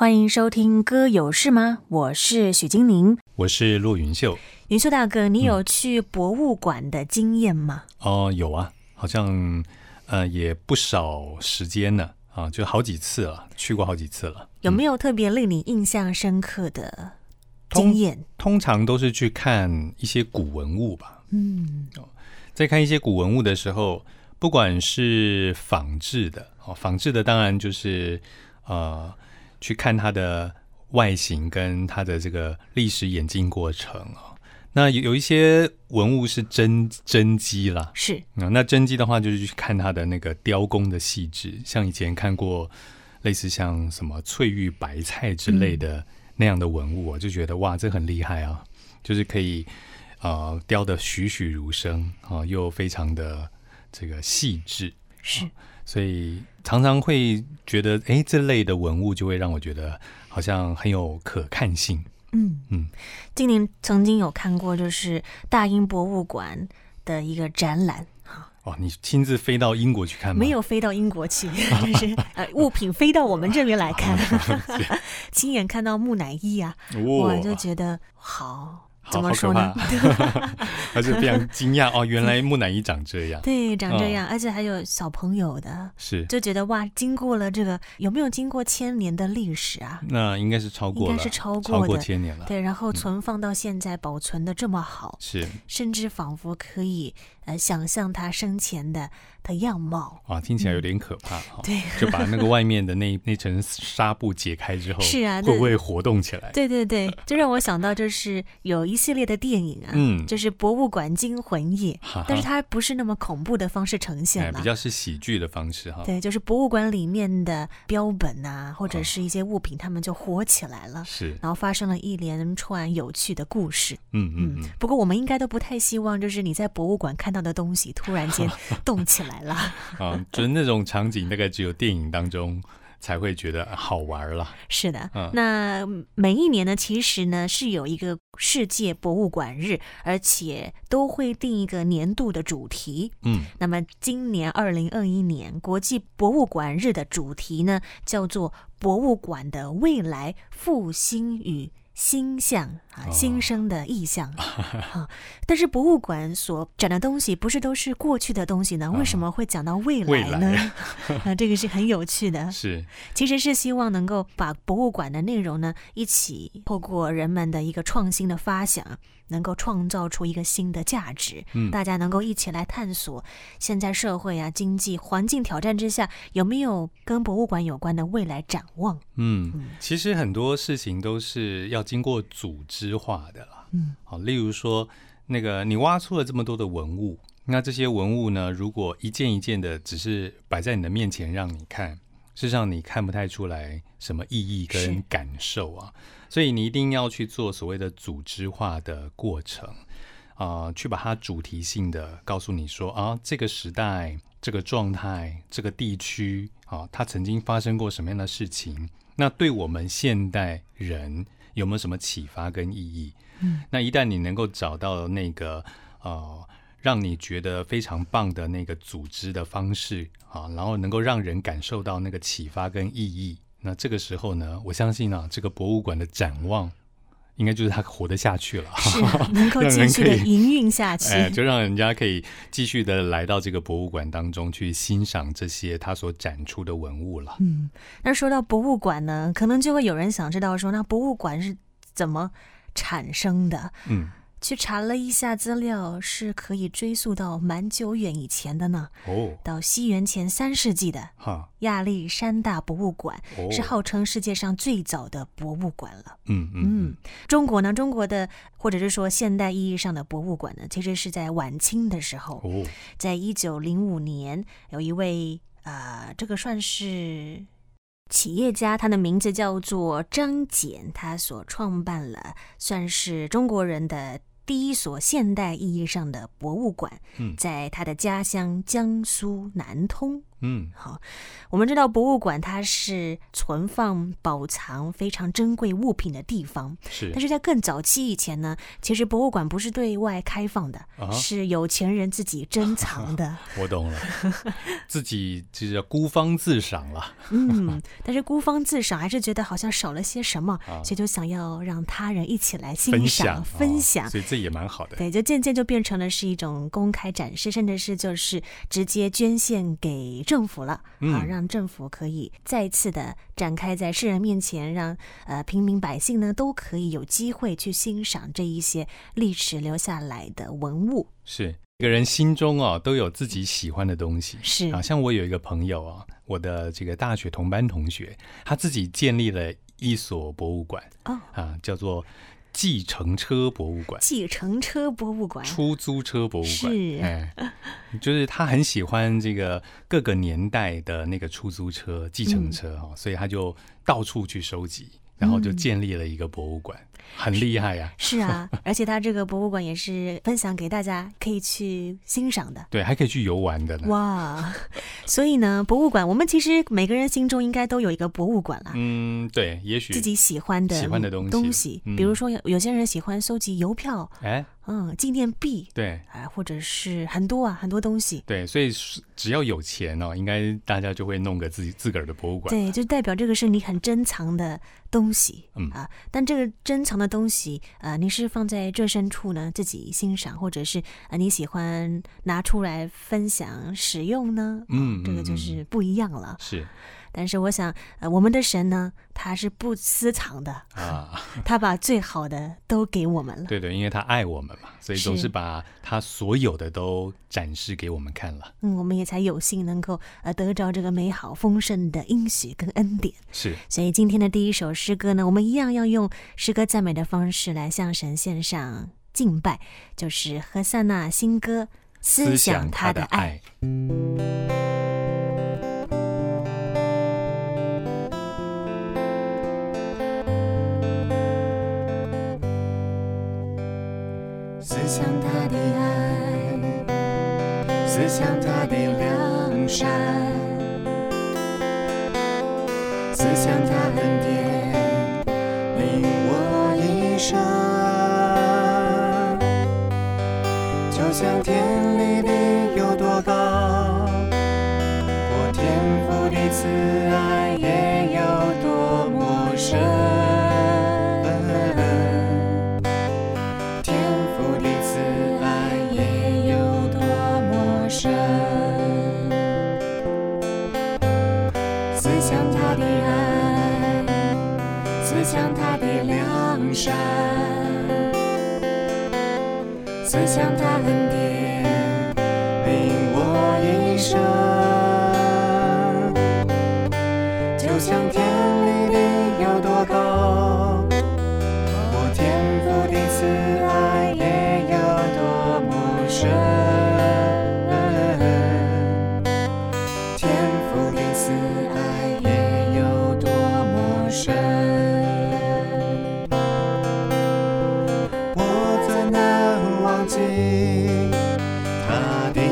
欢迎收听歌有事吗？我是许金宁， 我是骆云秀。 云秀大哥，你有去博物馆的经验吗？ 有啊，好像也不少时间呢啊，就好几次了，去过好几次了。 有没有特别令你印象深刻的经验？ 通常都是去看一些古文物吧。在看一些古文物的时候，不管是仿制的，仿制的当然就是去看它的外形跟它的这个历史演进过程啊。那有一些文物是真迹啦， 是那真迹的话，就是去看它的那个雕工的细致，像以前看过类似像什么翠玉白菜之类的那样的文物，我就觉得哇，这很厉害啊，就是可以雕得栩栩如生啊，又非常的这个细致， 是。 所以常常会觉得，这类的文物就会让我觉得好像很有可看性。 今年曾经有看过，就是大英博物馆的一个展览。 你亲自飞到英国去看吗？ 没有飞到英国去，就是物品飞到我们这边来看，亲眼看到木乃伊啊，我就觉得好。怎么说呢？ 而且非常惊讶原来木乃伊长这样。 对，长这样，而且还有小朋友的， 是就觉得哇，经过了这个有没有经过1000年的历史啊？ 那应该是超过了， 应该是超过 1000年了。 对，然后存放到现在，保存的这么好， 是， 甚至仿佛可以想象他生前的样貌听起来有点可怕。 对， 就把那个外面的那层纱布解开之后， 是啊， 会不会活动起来？ 对对对，就让我想到就是有一系列的电影啊，就是《博物馆惊魂夜》，但是它不是那么恐怖的方式呈现了， 比较是喜剧的方式哈。 对，就是博物馆里面的标本啊，或者是一些物品，他们就活起来了， 是， 然后发生了一连串有趣的故事。 不过我们应该都不太希望，就是你在博物馆看到的东西突然间动起来了。 就是那种场景，大概只有电影当中才会觉得好玩了。 是的，那每一年呢，其实呢是有一个世界博物馆日，而且都会定一个年度的主题。那么今年2021年国际博物馆日的主题呢，叫做博物馆的未来复兴与新象新生的意象但是博物馆所展的东西不是都是过去的东西呢？为什么会讲到未来呢？这个是很有趣的。 是， 其实是希望能够把博物馆的内容呢，一起透过人们的一个创新的发想，能够创造出一个新的价值。大家能够一起来探索现在社会啊、经济环境挑战之下，有没有跟博物馆有关的未来展望。 其实很多事情都是要经过组织化的啦。例如说那个你挖出了这么多的文物，那这些文物呢，如果一件一件的只是摆在你的面前让你看，事实上你看不太出来什么意义跟感受啊。所以你一定要去做所谓的组织化的过程去把它主题性的告诉你说这个时代、这个状态、这个地区它曾经发生过什么样的事情，那对我们现代人有没有什么启发跟意义。那一旦你能够找到那个让你觉得非常棒的那个组织的方式然后能够让人感受到那个启发跟意义，那这个时候呢，我相信这个博物馆的展望应该就是它活得下去了， 是能够继续的营运下去就让人家可以继续的来到这个博物馆当中去欣赏这些它所展出的文物了。 那说到博物馆呢，可能就会有人想知道说，那博物馆是怎么产生的？去查了一下资料，是可以追溯到蛮久远以前的呢。到西元前3世纪的亚历山大博物馆是号称世界上最早的博物馆了。中国呢，中国的或者是说现代意义上的博物馆呢，其实是在晚清的时候，在1905年有一位这个算是企业家，他的名字叫做张謇，他所创办了算是中国人的第一所现代意义上的博物馆，在他的家乡江苏南通好，我们知道博物馆它是存放保藏非常珍贵物品的地方，但是在更早期以前呢，其实博物馆不是对外开放的，是有钱人自己珍藏的。 我懂了，自己就是孤芳自赏了。 但是孤芳自赏还是觉得好像少了些什么，所以就想要让他人一起来欣赏分享， 所以这也蛮好的。 对，就渐渐就变成了是一种公开展示，甚至是就是直接捐献给政府了，让政府可以再次的展开在世人面前，让平民百姓呢都可以有机会去欣赏这一些历史留下来的文物。 是，一个人心中都有自己喜欢的东西。 是像我有一个朋友我的这个大学同班同学，他自己建立了一所博物馆叫做计程车博物馆。 计程车博物馆， 出租车博物馆。 是， 就是他很喜欢这个各个年代的那个出租车、计程车所以他就到处去收集，然后就建立了一个博物馆。很厉害呀。 是啊，而且他这个博物馆也是分享给大家可以去欣赏的。 对，还可以去游玩的呢。 哇，所以呢，博物馆我们其实每个人心中应该都有一个博物馆啦。 对，也许自己喜欢的东西，比如说有些人喜欢收集邮票，纪念币， 对， 或者是很多东西。 对，所以只要有钱应该大家就会弄个自个儿的博物馆。 对，就代表这个是你很珍藏的东西。但这个珍藏的东西你是放在最深处呢，自己欣赏，或者是你喜欢拿出来分享使用呢？这个就是不一样了。 是。 但是我想我们的神呢，他是不私藏的他把最好的都给我们了。 对，因为他爱我们嘛，所以总是把他所有的都展示给我们看了。 我们也才有幸能够得着这个美好丰盛的应许跟恩典。 是， 所以今天的第一首诗歌呢，我们一样要用诗歌赞美的方式来向神献上敬拜，就是何塞纳新歌思想他的爱。 思想他的爱，思想他的良善，思想他恩典，领我一生，就像天离地有多高，我天父的慈爱也有多么深。思想他的爱，思想他的良善，思想他恩典，领我一生，就像天离地有多高，我天父的慈爱也有多么深。我怎能忘记他的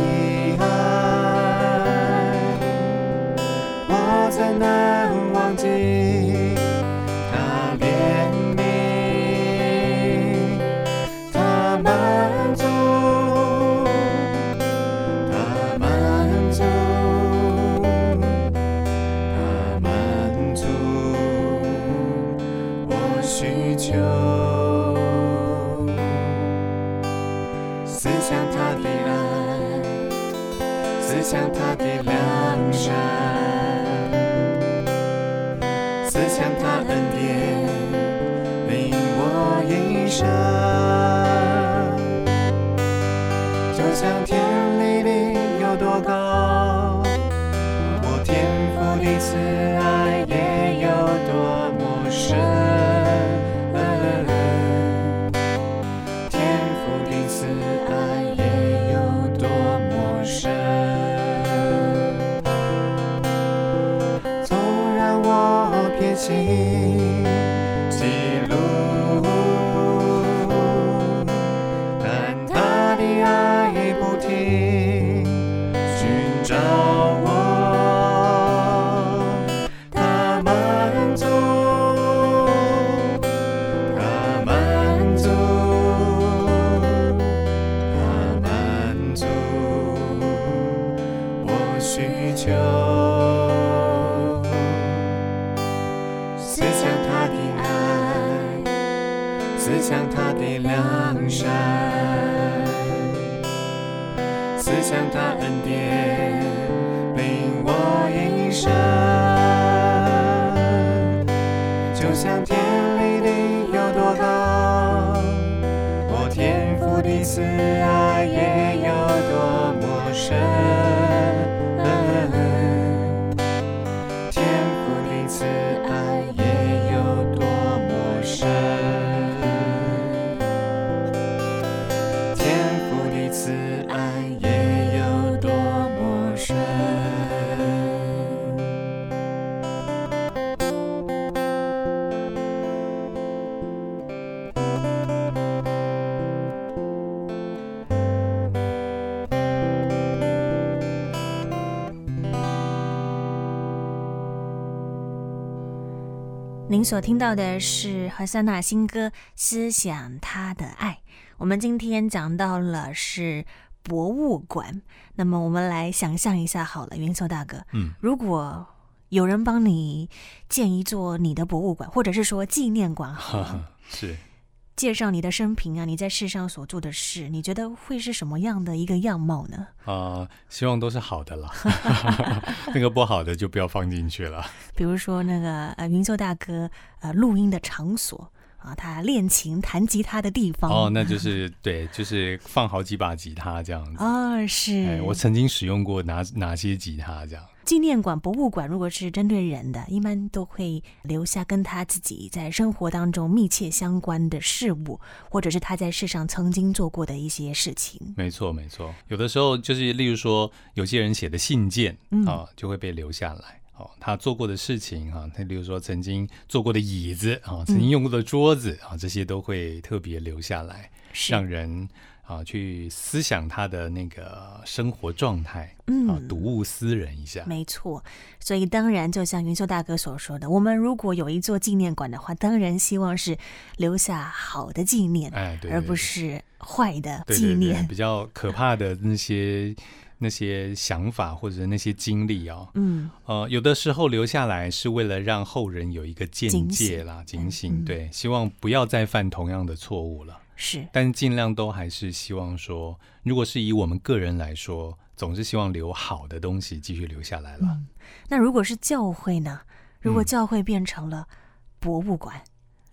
爱？我怎能忘记他怜悯？他满足，他满足，他满足我需求。思想他的爱，思想他的良善，思想他恩典，领我一生，就像天离地有多高，我天父的慈爱也有多么深。记录，但他的爱不停寻找我， 思想他的爱，思想他的良善，思想他恩典领我一生，就像天离地有多高，我天父的慈爱也有多么深，天父的慈爱也有多么深，天父的慈爱也有多么深。 您所听到的是何塞纳新歌《思想他的爱》。我们今天讲到了是博物馆，那么我们来想象一下好了，云秀大哥，如果有人帮你建一座你的博物馆，或者是说纪念馆好了， 是介绍你的生平啊，你在世上所做的事，你觉得会是什么样的一个样貌呢？ 希望都是好的啦，那个不好的就不要放进去了。 比如说那个云秀大哥录音的场所啊，他练琴弹吉他的地方那就是对，就是放好几把吉他这样子是我曾经使用过哪些吉他这样。 纪念馆、博物馆如果是针对人的，一般都会留下跟他自己在生活当中密切相关的事物，或者是他在世上曾经做过的一些事情。 没错没错，有的时候就是例如说有些人写的信件就会被留下来。他做过的事情他例如说曾经坐过的椅子曾经用过的桌子这些都会特别留下来，让人去思想他的那个生活状态，睹物思人一下。 没错，所以当然就像云秀大哥所说的，我们如果有一座纪念馆的话，当然希望是留下好的纪念， 对， 而不是坏的纪念。 对，比较可怕的那些想法或者那些经历有的时候留下来是为了让后人有一个见解啦、警醒，对，希望不要再犯同样的错误了。 是， 但尽量都还是希望说，如果是以我们个人来说，总是希望留好的东西继续留下来了。 那如果是教会呢？如果教会变成了博物馆，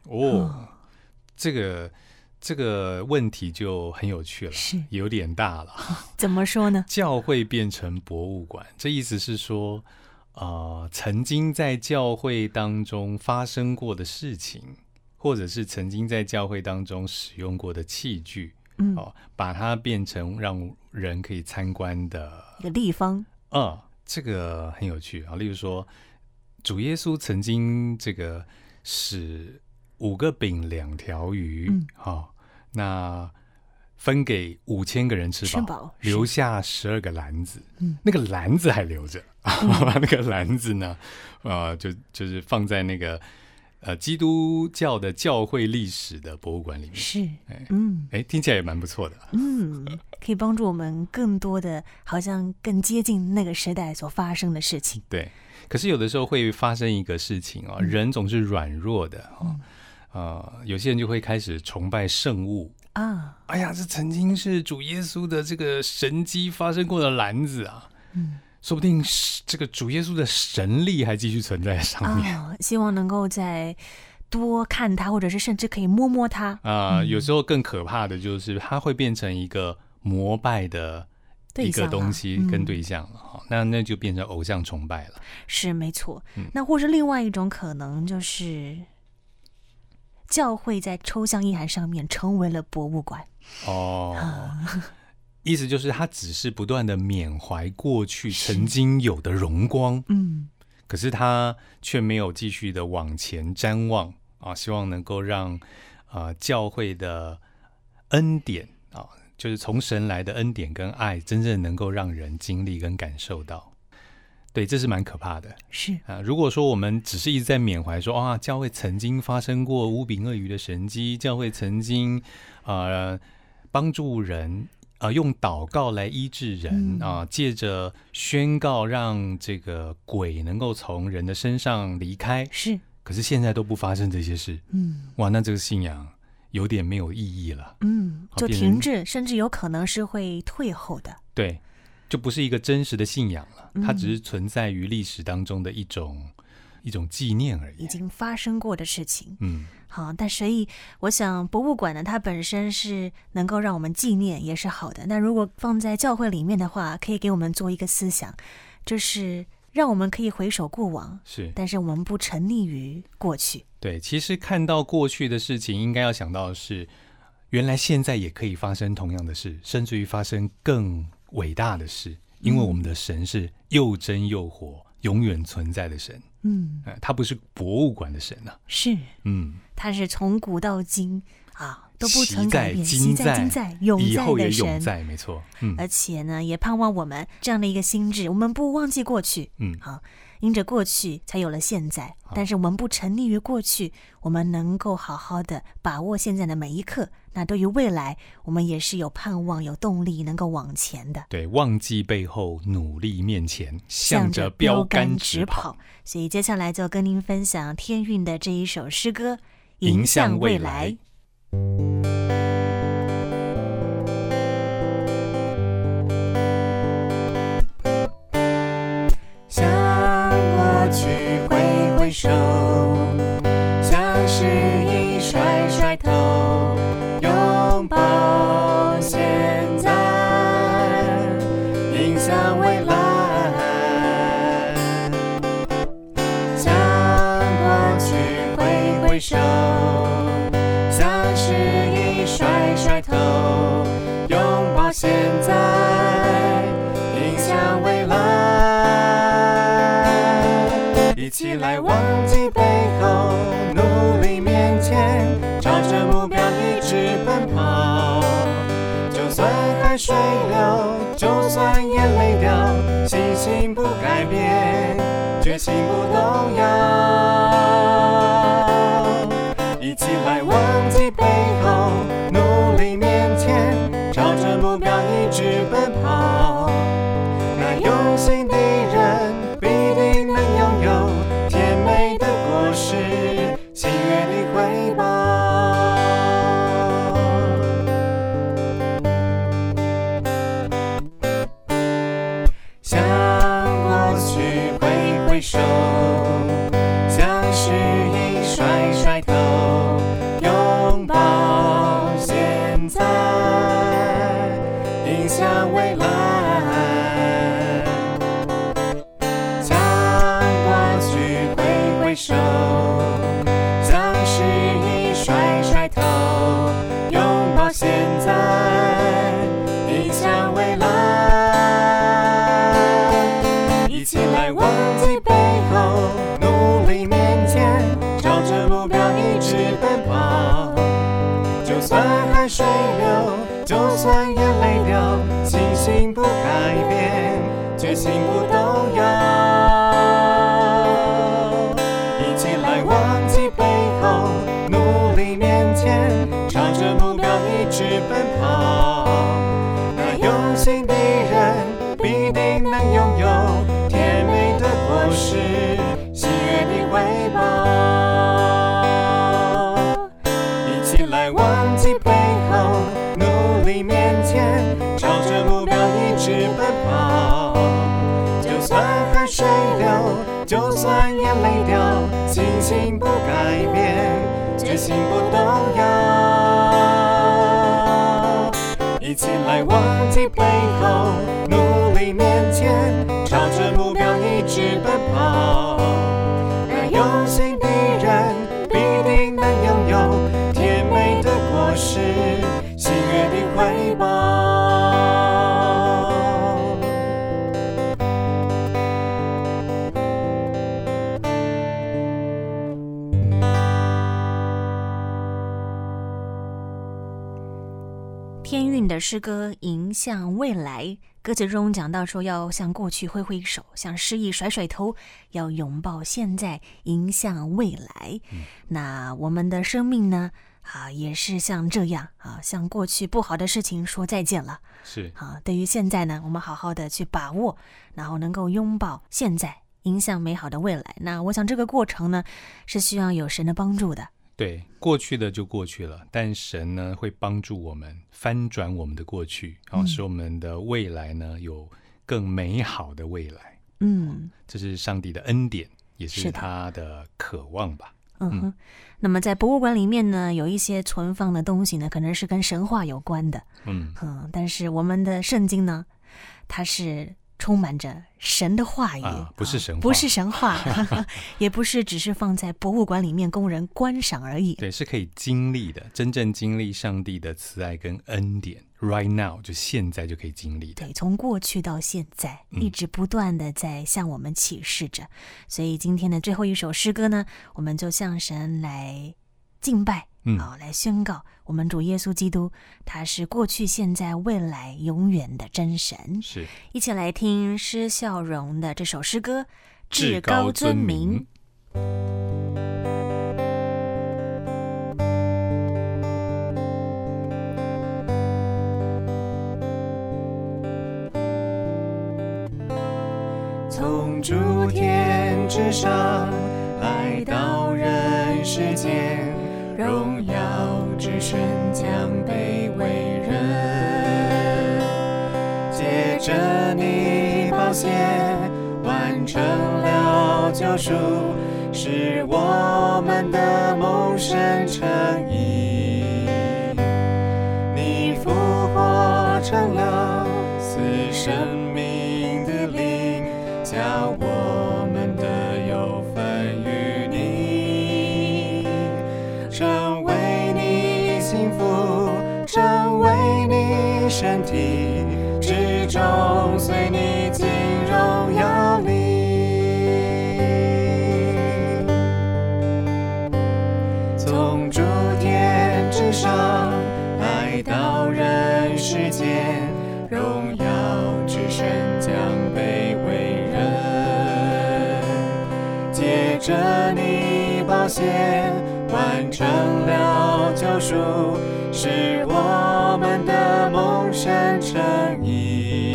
这个问题就很有趣了，有点大了。 怎么说呢？ 教会变成博物馆，这意思是说，曾经在教会当中发生过的事情，或者是曾经在教会当中使用过的器具，把它变成让人可以参观的一个地方。 这个很有趣啊。例如说，主耶稣曾经这个使5个饼2条鱼，那分给5000个人吃饱，留下12个篮子，那个篮子还留着，那个篮子呢，就是放在那个基督教的教会历史的博物馆里面。 是， 听起来也蛮不错的。 可以帮助我们更多的，好像更接近那个时代所发生的事情。 对，可是有的时候会发生一个事情人总是软弱的有些人就会开始崇拜圣物哎呀，这曾经是主耶稣的这个神迹发生过的篮子啊，说不定这个主耶稣的神力还继续存在上面希望能够再多看它，或者是甚至可以摸摸它有时候更可怕的就是它会变成一个膜拜的一个东西跟对象了，那就变成偶像崇拜了。 是没错，那或是另外一种可能就是教会在抽象意涵上面成为了博物馆意思就是他只是不断的缅怀过去曾经有的荣光可是他却没有继续的往前瞻望希望能够让教会的恩典就是从神来的恩典跟爱真正能够让人经历跟感受到。对，这是蛮可怕的。 是如果说我们只是一直在缅怀说教会曾经发生过5饼2鱼的神迹，教会曾经帮助人用祷告来医治人借着宣告让这个鬼能够从人的身上离开。 是， 可是现在都不发生这些事，哇，那这个信仰有点没有意义了， 就停滞，甚至有可能是会退后的。 对，就不是一个真实的信仰了，它只是存在于历史当中的一种纪念而已， 已经发生过的事情。好，但所以我想博物馆呢，它本身是能够让我们纪念，也是好的。那如果放在教会里面的话，可以给我们做一个思想，就是让我们可以回首过往， 是， 但是我们不沉溺于过去。 对，其实看到过去的事情，应该要想到的是，原来现在也可以发生同样的事，甚至于发生更伟大的事，因为我们的神是又真又活，永远存在的神。他不是博物馆的神啊， 是，他是从古到今啊都不曾改变， 今在永在的神， 以后也永在，没错。 而且呢，也盼望我们这样的一个心智，我们不忘记过去，因着过去才有了现在，但是我们不沉溺于过去，我们能够好好的把握现在的每一刻。那对于未来，我们也是有盼望、有动力，能够往前的。 对，忘记背后，努力面前，向着标杆直跑。 所以接下来就跟您分享天韵的这一首诗歌《迎向未来》。 挥手，像是一甩甩头，拥抱现在，迎向未来。向过去挥挥手，像是一甩甩头，拥抱现在，迎向未来。一起来忘记背后，努力面前，朝着目标一直奔跑。就算海水流，就算眼泪掉，信心不改变，决心不动摇。一起来忘记背后，努力面前，朝着目标一直奔跑。那用心的人必定能拥有甜美的果实，喜悦的回报。向过去挥挥手，像是一甩甩头，拥抱现在，迎向未来。手，像是一甩甩头，拥抱现在，迎向未来。一起来忘记背后，努力面前，朝着目标一直奔跑。就算海水流，就算眼泪掉，信心不改变，决心不动摇。忘记背后，努力面前，朝着目标一直奔跑。那用心的人必定能拥有甜美的果实，喜悦的回报。一起来忘记背后，努力面前，朝着目标一直奔跑。就算海水流，就算眼泪掉，信心不改变，决心不动摇。一起来忘记背后，努力面前，朝着目标一直奔跑。那用心的人必定能拥有甜美的果实，喜悦的回报。 天韵的诗歌《迎向未来》，歌词中讲到说要向过去挥挥手，向失意甩甩头，要拥抱现在，迎向未来。那我们的生命呢，也是像这样向过去不好的事情说再见了。 是对于现在呢，我们好好的去把握，然后能够拥抱现在， 迎向美好的未来。那我想这个过程呢，是需要有神的帮助的。 对，过去的就过去了，但神呢会帮助我们翻转我们的过去，使我们的未来呢有更美好的未来。这是上帝的恩典，也是他的渴望吧。 那么在博物馆里面呢，有一些存放的东西呢，可能是跟神话有关的。但是我们的圣经呢，它是充满着神的话语， 不是神话， 不是神话也不是只是放在博物馆里面供人观赏而已。 对，是可以经历的，真正经历上帝的慈爱跟恩典 right now， 就现在就可以经历的。 对，从过去到现在，一直不断的在向我们启示着。所以今天的最后一首诗歌呢，我们就向神来敬拜，来宣告我们主耶稣基督，他是过去现在未来永远的真神。 是， 一起来听施孝荣的这首诗歌《 至高尊名》。 从诸天之上来到人世间，荣耀之神将卑微人，借着你宝血完成了救赎，使我们的梦想成义。你复活成了死生命的灵，叫我们的有份于你，成为你幸福，成为你身体之中，随你进荣耀里。从诸天之上来到人世间，荣耀之神将卑微人，借着你宝血完成了救赎，使我们的梦想成义。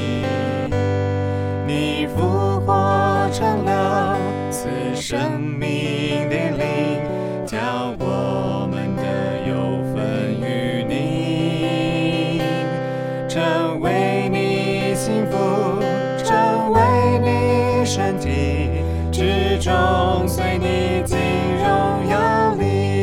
你复活成了赐生命的灵，叫我们的有份于你，成为你幸福，成为你身体之中，随你进荣耀里。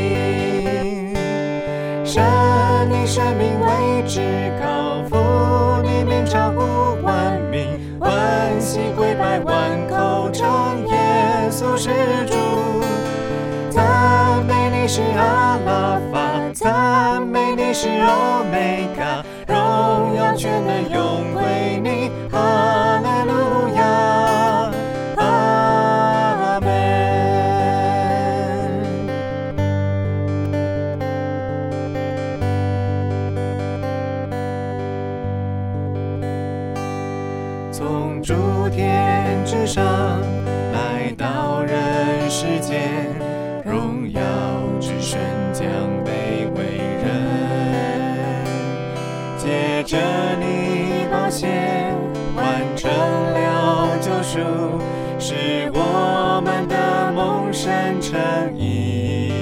神你生命为至高，父你名超乎万民，万心跪拜，万口称耶稣是主。赞美你是阿拉法，赞美你是欧美嘎，荣耀全能永归你，哈利路亚，阿们。从诸天之上来到人世间，荣耀之神将卑微人，借着你宝血完成了救赎，使我们的梦想成义。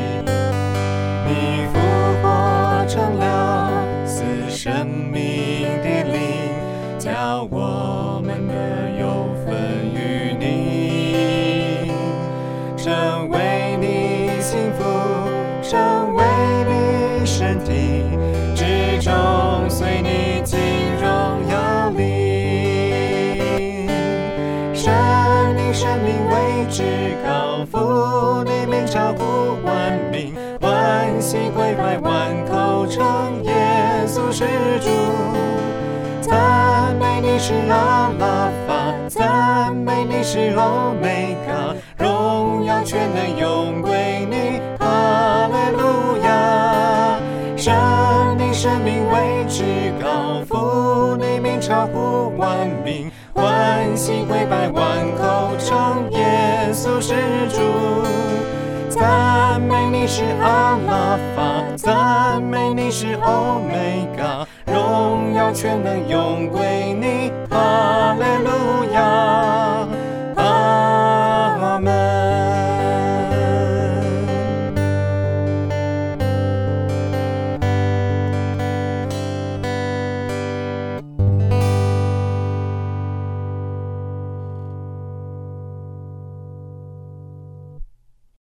你复活成了赐生命的灵，叫我们的有份于你，成为你幸福，成为你身体之中，随你进荣耀里。神你生命为至高，父你名超乎万民，万心跪拜，万口称耶稣是主。赞美你是阿拉法，赞美你是欧美嘎，荣耀全能永归你，哈利路亚。神你生命为至高，父你名超乎万民，万心跪拜，万口称耶稣是主。赞美你是阿拉法，赞美你是欧美嘎，荣耀全能永归你，哈